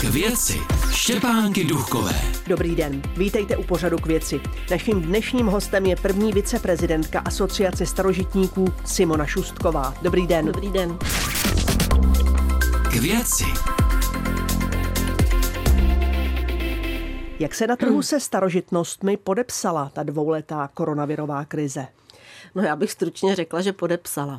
K věci Štěpánky Duchkové. Dobrý den, vítejte u pořadu K věci. Naším dnešním hostem je první viceprezidentka Asociace starožitníků Simona Šustková. Dobrý den. Dobrý den. K věci. Jak se na trhu se starožitnostmi podepsala ta dvouletá koronavirová krize? No já bych stručně řekla, že podepsala.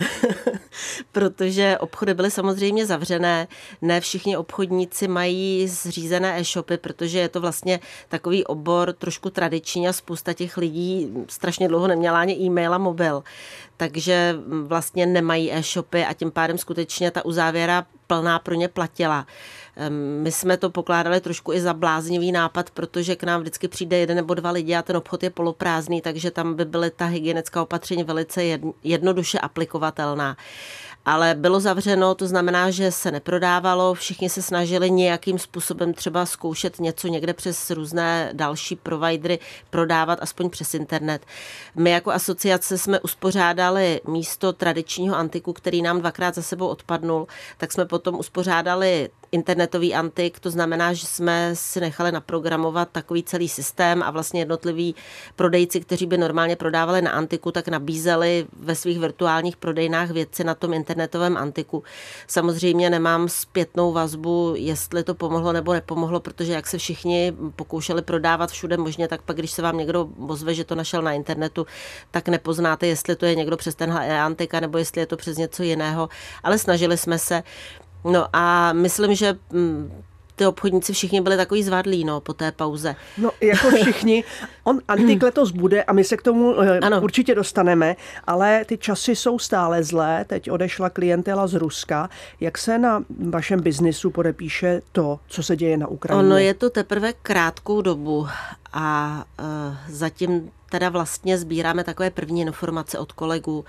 Protože obchody byly samozřejmě zavřené, ne všichni obchodníci mají zřízené e-shopy, protože je to vlastně takový obor trošku tradiční a spousta těch lidí strašně dlouho neměla ani e-mail a mobil. Takže vlastně nemají e-shopy a tím pádem skutečně ta uzávěra plná pro ně platila. My jsme to pokládali trošku i za bláznivý nápad, protože k nám vždycky přijde 1 nebo 2 lidi a ten obchod je poloprázdný, takže tam by byly ta hygienická opatření velice jednoduše aplikovatelná. Ale bylo zavřeno, to znamená, že se neprodávalo, všichni se snažili nějakým způsobem třeba zkoušet něco někde přes různé další providery prodávat, aspoň přes internet. My jako asociace jsme uspořádali místo tradičního antiku, který nám 2krát za sebou odpadnul, tak jsme potom uspořádali internetový antik, to znamená, že jsme si nechali naprogramovat takový celý systém a vlastně jednotliví prodejci, kteří by normálně prodávali na antiku, tak nabízeli ve svých virtuálních prodejnách věci na tom internetovém antiku. Samozřejmě nemám zpětnou vazbu, jestli to pomohlo nebo nepomohlo, protože jak se všichni pokoušeli prodávat všude možně, tak pak, když se vám někdo ozve, že to našel na internetu, tak nepoznáte, jestli to je někdo přes tenhle antika nebo jestli je to přes něco jiného, ale snažili jsme se. No a myslím, že ty obchodníci všichni byli takový zvadlí, po té pauze. No jako všichni, antik letos bude a my se k tomu určitě dostaneme, ale ty časy jsou stále zlé, teď odešla klientela z Ruska. Jak se na vašem biznisu podepíše to, co se děje na Ukrajině? Ono je to teprve krátkou dobu a zatím teda vlastně sbíráme takové první informace od kolegů.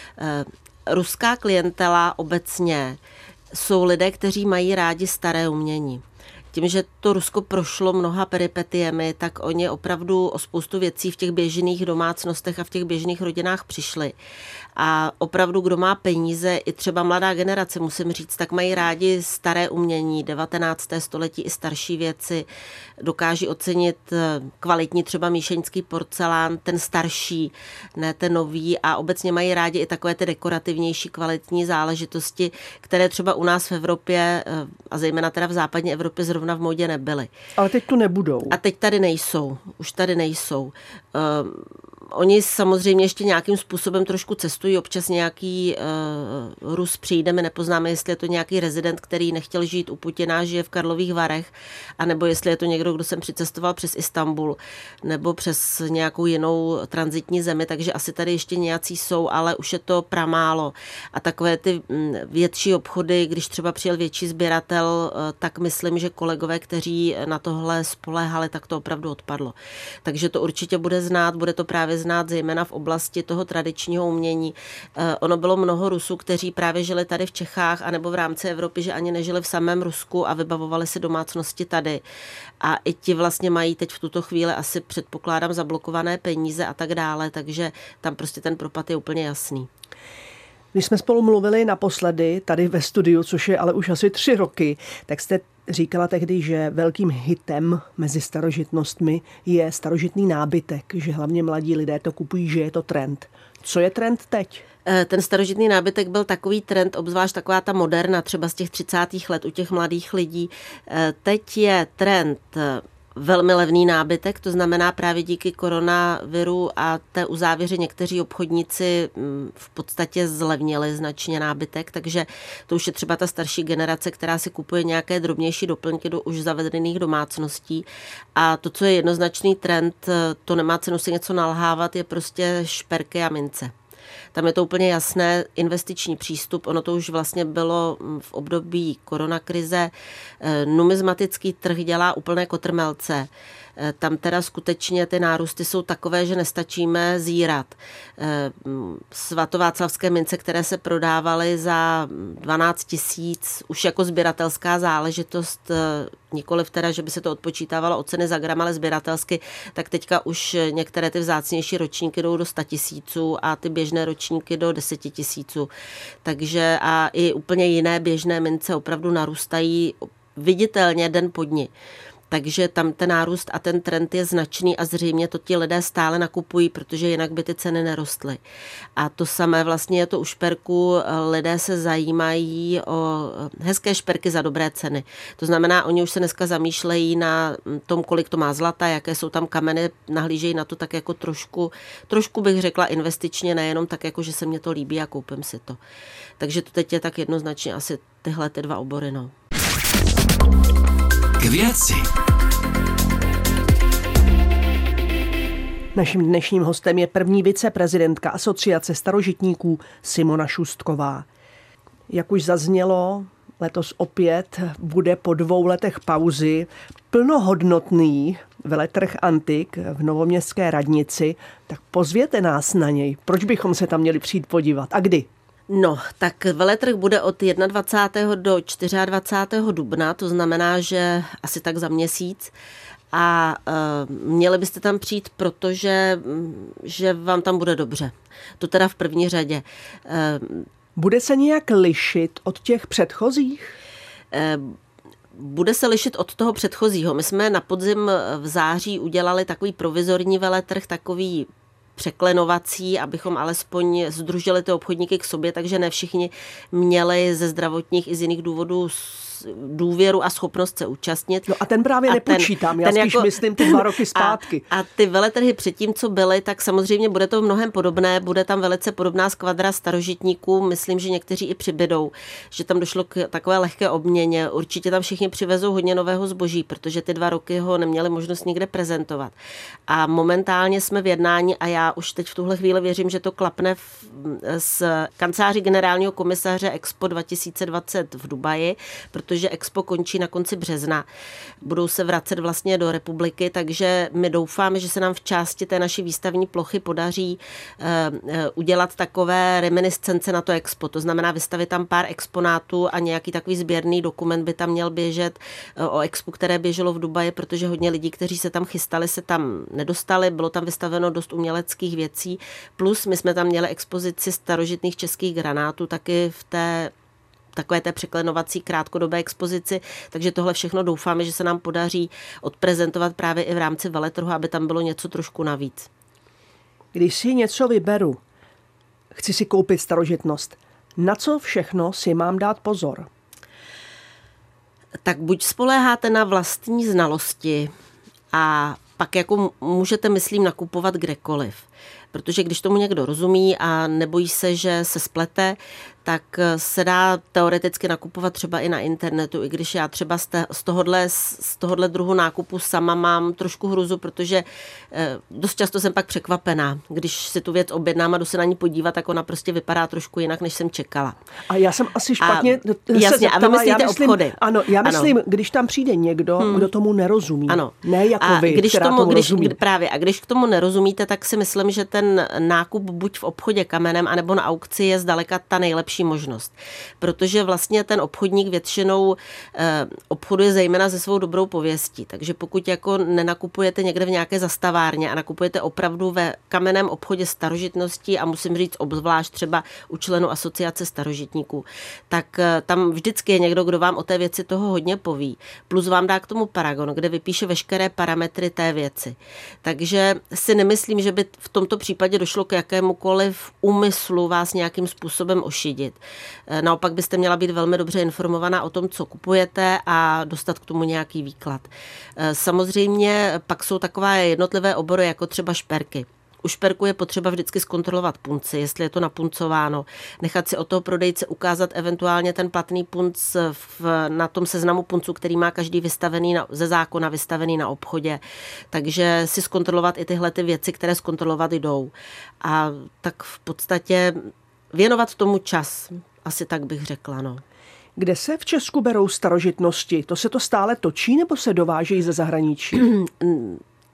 Ruská klientela obecně jsou lidé, kteří mají rádi staré umění. Tím, že to Rusko prošlo mnoha peripetiemi, tak oni opravdu o spoustu věcí v těch běžných domácnostech a v těch běžných rodinách přišli. A opravdu, kdo má peníze, i třeba mladá generace, musím říct, tak mají rádi staré umění, 19. století i starší věci, dokáží ocenit kvalitní třeba míšeňský porcelán, ten starší, ne ten nový, a obecně mají rádi i takové ty dekorativnější kvalitní záležitosti, které třeba u nás v Evropě a zejména teda v západní Evropě zrovna v modě nebyly. Ale teď tu nebudou. A teď tady nejsou, už tady nejsou. Oni samozřejmě ještě nějakým způsobem trošku cestují, občas nějaký Rus přijde, my nepoznáme, jestli je to nějaký rezident, který nechtěl žít u Putina, žije v Karlových Varech, anebo jestli je to někdo, kdo sem přicestoval přes Istanbul, nebo přes nějakou jinou tranzitní zemi, takže asi tady ještě nějací jsou, ale už je to pramálo. A takové ty větší obchody, když třeba přijel větší sběratel, tak myslím, že kolegové, kteří na tohle spoléhali, tak to opravdu odpadlo. Takže to určitě bude znát, bude to právě znát zejména v oblasti toho tradičního umění. Ono bylo mnoho Rusů, kteří právě žili tady v Čechách anebo v rámci Evropy, že ani nežili v samém Rusku a vybavovali si domácnosti tady. A i ti vlastně mají teď v tuto chvíli asi předpokládám zablokované peníze a tak dále, takže tam prostě ten propad je úplně jasný. Když jsme spolu mluvili naposledy tady ve studiu, což je ale už asi 3 roky, tak jste říkala tehdy, že velkým hitem mezi starožitnostmi je starožitný nábytek, že hlavně mladí lidé to kupují, že je to trend. Co je trend teď? Ten starožitný nábytek byl takový trend, obzvlášť taková ta moderna, třeba z těch 30. let u těch mladých lidí. Teď je trend velmi levný nábytek, to znamená právě díky koronaviru a té uzávěře někteří obchodníci v podstatě zlevnili značně nábytek, takže to už je třeba ta starší generace, která si kupuje nějaké drobnější doplňky do už zavedených domácností. A to, co je jednoznačný trend, to nemá cenu si něco nalhávat, je prostě šperky a mince. Tam je to úplně jasné, investiční přístup, ono to už vlastně bylo v období koronakrize. Numismatický trh dělá úplné kotrmelce. Tam teda skutečně ty nárůsty jsou takové, že nestačíme zírat. Svatováclavské mince, které se prodávaly za 12 000, už jako sběratelská záležitost, nikoliv teda, že by se to odpočítávalo od ceny za gram, ale sběratelsky, tak teďka už některé ty vzácnější ročníky jdou do 100 000 a ty běžné ročníky do 10 000. Takže a i úplně jiné běžné mince opravdu narůstají viditelně den po dni. Takže tam ten nárůst a ten trend je značný a zřejmě to ti lidé stále nakupují, protože jinak by ty ceny nerostly. A to samé vlastně je to u šperku. Lidé se zajímají o hezké šperky za dobré ceny. To znamená, oni už se dneska zamýšlejí na tom, kolik to má zlata, jaké jsou tam kameny, nahlížejí na to tak jako trošku bych řekla investičně, nejenom tak jako, že se mně to líbí a koupím si to. Takže to teď je tak jednoznačně asi tyhle ty dva obory. No. K věci. Naším dnešním hostem je první viceprezidentka Asociace starožitníků Simona Šustková. Jak už zaznělo, letos opět bude po 2 letech pauzy plnohodnotný veletrh Antik v Novoměstské radnici. Tak pozvěte nás na něj. Proč bychom se tam měli přijít podívat? A kdy? No, tak veletrh bude od 21. do 24. dubna, to znamená, že asi tak za měsíc. A měli byste tam přijít, protože že vám tam bude dobře. To teda v první řadě. Bude se nějak lišit od těch předchozích? Bude se lišit od toho předchozího. My jsme na podzim v září udělali takový provizorní veletrh, takový překlenovací, abychom alespoň sdružili ty obchodníky k sobě, takže ne všichni měli ze zdravotních i z jiných důvodů důvěru a schopnost se účastnit. No a ten právě nepočítám, já spíš myslím ty 2 roky zpátky. A ty veletrhy předtím, co byly, tak samozřejmě bude to mnohem podobné, bude tam velice podobná skvadra starožitníků, myslím, že někteří i přibydou, že tam došlo k takové lehké obměně, určitě tam všichni přivezou hodně nového zboží, protože ty 2 roky ho neměli možnost nikde prezentovat. A momentálně jsme v jednání a já už teď v tuhle chvíli věřím, že to klapne s kanceláří generálního komisaře Expo 2020 v Dubaji, protože Expo končí na konci března. Budou se vracet vlastně do republiky, takže my doufáme, že se nám v části té naší výstavní plochy podaří udělat takové reminiscence na to Expo. To znamená vystavit tam pár exponátů a nějaký takový sběrný dokument by tam měl běžet o Expo, které běželo v Dubaji, protože hodně lidí, kteří se tam chystali, se tam nedostali. Bylo tam vystaveno dost uměleckých věcí. Plus my jsme tam měli expozici starožitných českých granátů taky v té takové té překlenovací krátkodobé expozici, takže tohle všechno doufáme, že se nám podaří odprezentovat právě i v rámci veletrhu, aby tam bylo něco trošku navíc. Když si něco vyberu, chci si koupit starožitnost, na co všechno si mám dát pozor? Tak buď spoléháte na vlastní znalosti a pak jako můžete, myslím, nakupovat kdekoliv. Protože když tomu někdo rozumí a nebojí se, že se splete, tak se dá teoreticky nakupovat třeba i na internetu, i když já třeba z tohohle druhu nákupu sama mám trošku hruzu, protože dost často jsem pak překvapená. Když si tu věc objednám a jdu se na ní podívat, tak ona prostě vypadá trošku jinak, než jsem čekala. A já jsem asi špatně jasně, a vy myslíte obchody. Ano, já myslím, když tam přijde někdo, kdo tomu nerozumí. Ano. Ne jako vy, která tomu rozumí. Právě, a když k tomu nerozumíte, tak si myslím, že ten nákup buď v obchodě kamenem, anebo na aukci je zdaleka ta nejlepší možnost. Protože vlastně ten obchodník většinou obchoduje zejména se svou dobrou pověstí. Takže pokud jako nenakupujete někde v nějaké zastavárně a nakupujete opravdu ve kamenném obchodě starožitností a musím říct obzvlášť třeba u členů asociace starožitníků, tak tam vždycky je někdo, kdo vám o té věci toho hodně poví. Plus vám dá k tomu paragon, kde vypíše veškeré parametry té věci. Takže si nemyslím, že by v tomto případě došlo k jakémukoliv úmyslu vás nějakým způsobem ošidit. Naopak byste měla být velmi dobře informovaná o tom, co kupujete a dostat k tomu nějaký výklad. Samozřejmě pak jsou takové jednotlivé obory, jako třeba šperky. U šperku je potřeba vždycky zkontrolovat punci, jestli je to napuncováno, nechat si od toho prodejce ukázat eventuálně ten platný punc na tom seznamu punců, který má každý vystavený ze zákona vystavený na obchodě. Takže si zkontrolovat i tyhle ty věci, které zkontrolovat jdou. A tak v podstatě věnovat tomu čas, asi tak bych řekla, no. Kde se v Česku berou starožitnosti? To se to stále točí nebo se dovážejí ze zahraničí?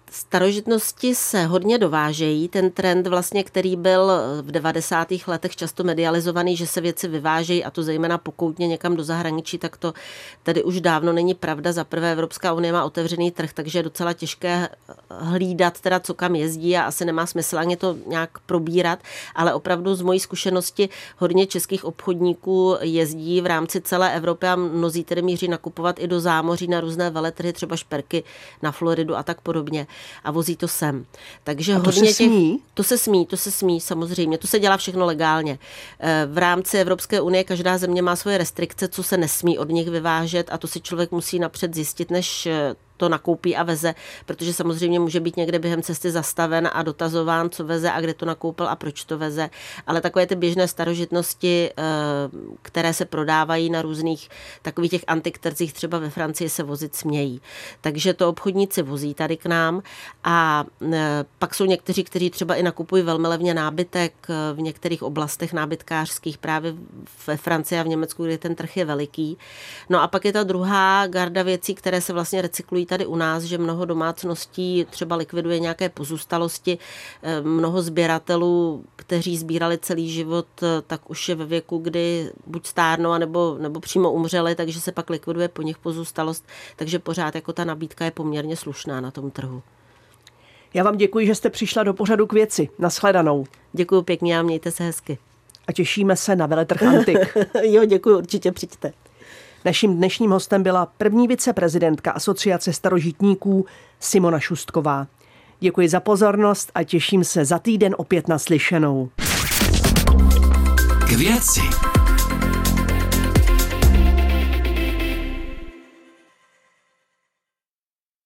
Starožitnosti se hodně dovážejí. Ten trend vlastně, který byl v 90. letech často medializovaný, že se věci vyvážejí a to zejména pokoutně někam do zahraničí, tak to tady už dávno není pravda. Za prvé Evropská unie má otevřený trh, takže je docela těžké hlídat teda, co kam jezdí a asi nemá smysl ani to nějak probírat, ale opravdu z mojí zkušenosti hodně českých obchodníků jezdí v rámci celé Evropy a mnozí tedy míří nakupovat i do zámoří na různé veletrhy, třeba šperky na Floridu a tak podobně. A vozí to sem. Takže a to hodně se smí? To se smí samozřejmě. To se dělá všechno legálně. V rámci Evropské unie každá země má svoje restrikce, co se nesmí od nich vyvážet a to si člověk musí napřed zjistit, než to nakoupí a veze, protože samozřejmě může být někde během cesty zastaven a dotazován, co veze a kde to nakoupil a proč to veze. Ale takové ty běžné starožitnosti, které se prodávají na různých takových těch antiktrzích, třeba ve Francii se vozit smějí. Takže to obchodníci vozí tady k nám a pak jsou někteří, kteří třeba i nakupují velmi levně nábytek v některých oblastech nábytkářských, právě ve Francii a v Německu, kde ten trh je veliký. No a pak je ta druhá garda věcí, které se vlastně recyklují tady u nás, že mnoho domácností třeba likviduje nějaké pozůstalosti. Mnoho sběratelů, kteří sbírali celý život, tak už je ve věku, kdy buď stárnou, nebo přímo umřeli, takže se pak likviduje po nich pozůstalost. Takže pořád jako ta nabídka je poměrně slušná na tom trhu. Já vám děkuji, že jste přišla do pořadu K věci. Nashledanou. Děkuji pěkně a mějte se hezky. A těšíme se na veletrh Antik. Jo, děkuji, určitě přijďte. Naším dnešním hostem byla první viceprezidentka Asociace starožitníků Simona Šustková. Děkuji za pozornost a těším se za týden opět naslyšenou. K věci.